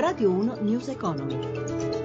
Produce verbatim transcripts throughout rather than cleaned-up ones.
Radio uno News Economy.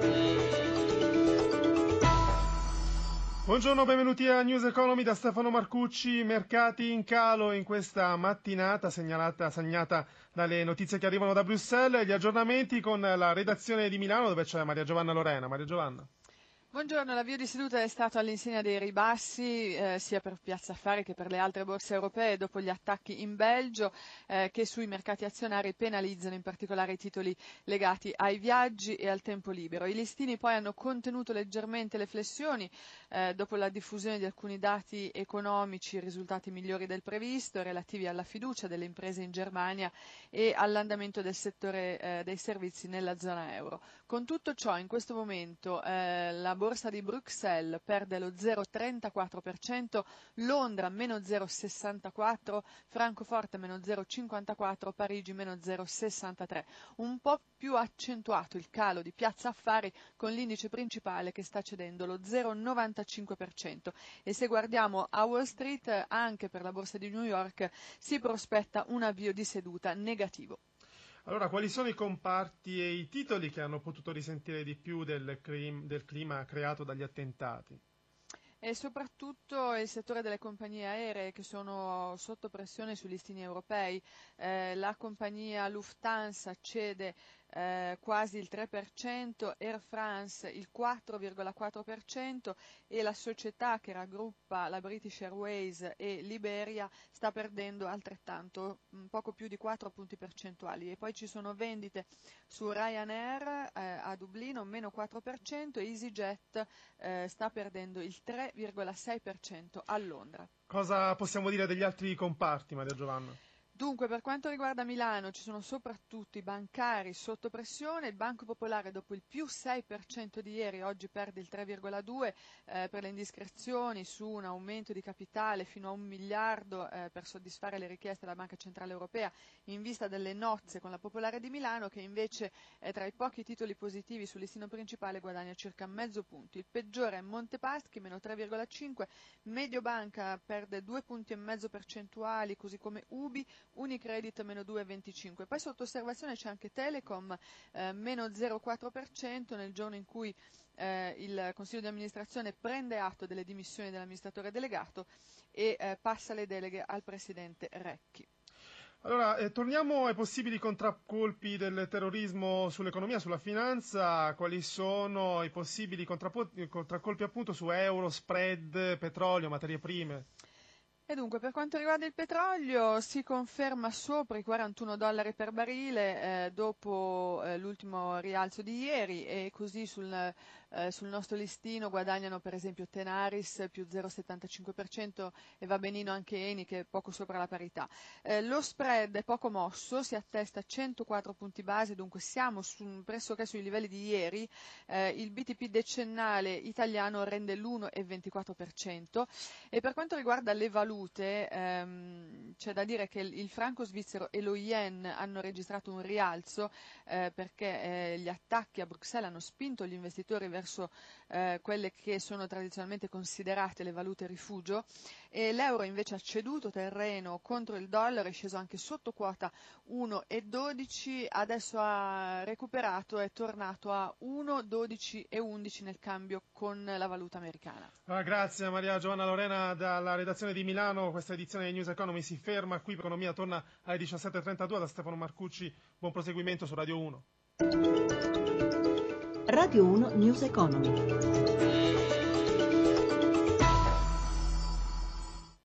Buongiorno, benvenuti a News Economy da Stefano Marcucci. Mercati in calo in questa mattinata segnalata, segnata dalle notizie che arrivano da Bruxelles. Gli aggiornamenti con la redazione di Milano, dove c'è Maria Giovanna Lorena. Maria Giovanna. Buongiorno, l'avvio di seduta è stato all'insegna dei ribassi eh, sia per Piazza Affari che per le altre borse europee dopo gli attacchi in Belgio eh, che sui mercati azionari penalizzano in particolare i titoli legati ai viaggi e al tempo libero. I listini poi hanno contenuto leggermente le flessioni eh, dopo la diffusione di alcuni dati economici, risultati migliori del previsto relativi alla fiducia delle imprese in Germania e all'andamento del settore eh, dei servizi nella zona euro. Con tutto ciò in questo momento eh, la Borsa di Bruxelles perde lo zero virgola trentaquattro per cento, Londra meno zero virgola sessantaquattro, Francoforte meno zero virgola cinquantaquattro, Parigi meno zero virgola sessantatré. Un po' più accentuato il calo di Piazza Affari con l'indice principale che sta cedendo lo zero virgola novantacinque per cento. E se guardiamo a Wall Street, anche per la Borsa di New York si prospetta un avvio di seduta negativo. Allora, quali sono i comparti e i titoli che hanno potuto risentire di più del, clim, del clima creato dagli attentati? E soprattutto il settore delle compagnie aeree che sono sotto pressione sui listini europei. Eh, la compagnia Lufthansa cede eh, quasi il tre per cento, Air France il quattro virgola quattro per cento e la società che raggruppa la British Airways e l'Iberia sta perdendo altrettanto, poco più di quattro punti percentuali. E poi ci sono vendite su Ryanair eh, a Dublino meno quattro per cento e EasyJet eh, sta perdendo il tre virgola sei per cento a Londra. Cosa possiamo dire degli altri comparti, Maria Giovanna? Dunque, per quanto riguarda Milano ci sono soprattutto i bancari sotto pressione, il Banco Popolare dopo il più sei per cento di ieri oggi perde il tre virgola due per cento eh, per le indiscrezioni su un aumento di capitale fino a un miliardo eh, per soddisfare le richieste della Banca Centrale Europea in vista delle nozze con la Popolare di Milano, che invece è tra i pochi titoli positivi sul listino principale, guadagna circa mezzo punto. Il peggiore è Montepaschi meno tre virgola cinque, Mediobanca perde due punti e mezzo percentuali, così come Ubi, Unicredit meno due virgola venticinque. Poi sotto osservazione c'è anche Telecom eh, meno zero virgola quattro per cento nel giorno in cui eh, il Consiglio di amministrazione prende atto delle dimissioni dell'amministratore delegato e eh, passa le deleghe al presidente Recchi. Allora, eh, torniamo ai possibili contraccolpi del terrorismo sull'economia, sulla finanza. Quali sono i possibili contrapo- contraccolpi appunto su euro, spread, petrolio, materie prime? E dunque, per quanto riguarda il petrolio, si conferma sopra i quarantuno dollari per barile eh, dopo eh, l'ultimo rialzo di ieri, e così sul, eh, sul nostro listino guadagnano per esempio Tenaris più zero virgola settantacinque per cento e va benino anche Eni che è poco sopra la parità. Eh, lo spread è poco mosso, si attesta a centoquattro punti base, dunque siamo su, pressoché sui livelli di ieri. Eh, il B T P decennale italiano rende l'uno virgola ventiquattro per cento e per quanto riguarda le valute Ehm, c'è da dire che il, il franco svizzero e lo yen hanno registrato un rialzo eh, perché eh, gli attacchi a Bruxelles hanno spinto gli investitori verso eh, quelle che sono tradizionalmente considerate le valute rifugio, e l'euro invece ha ceduto terreno contro il dollaro, è sceso anche sotto quota uno virgola dodici, adesso ha recuperato, è tornato a uno virgola dodici e undici nel cambio con la valuta americana. Ah, grazie Maria Giovanna Lorena dalla redazione di Milano. Questa edizione di News Economy si ferma qui, Economia torna alle diciassette e trentadue da Stefano Marcucci. Buon proseguimento su Radio uno. Radio uno News Economy.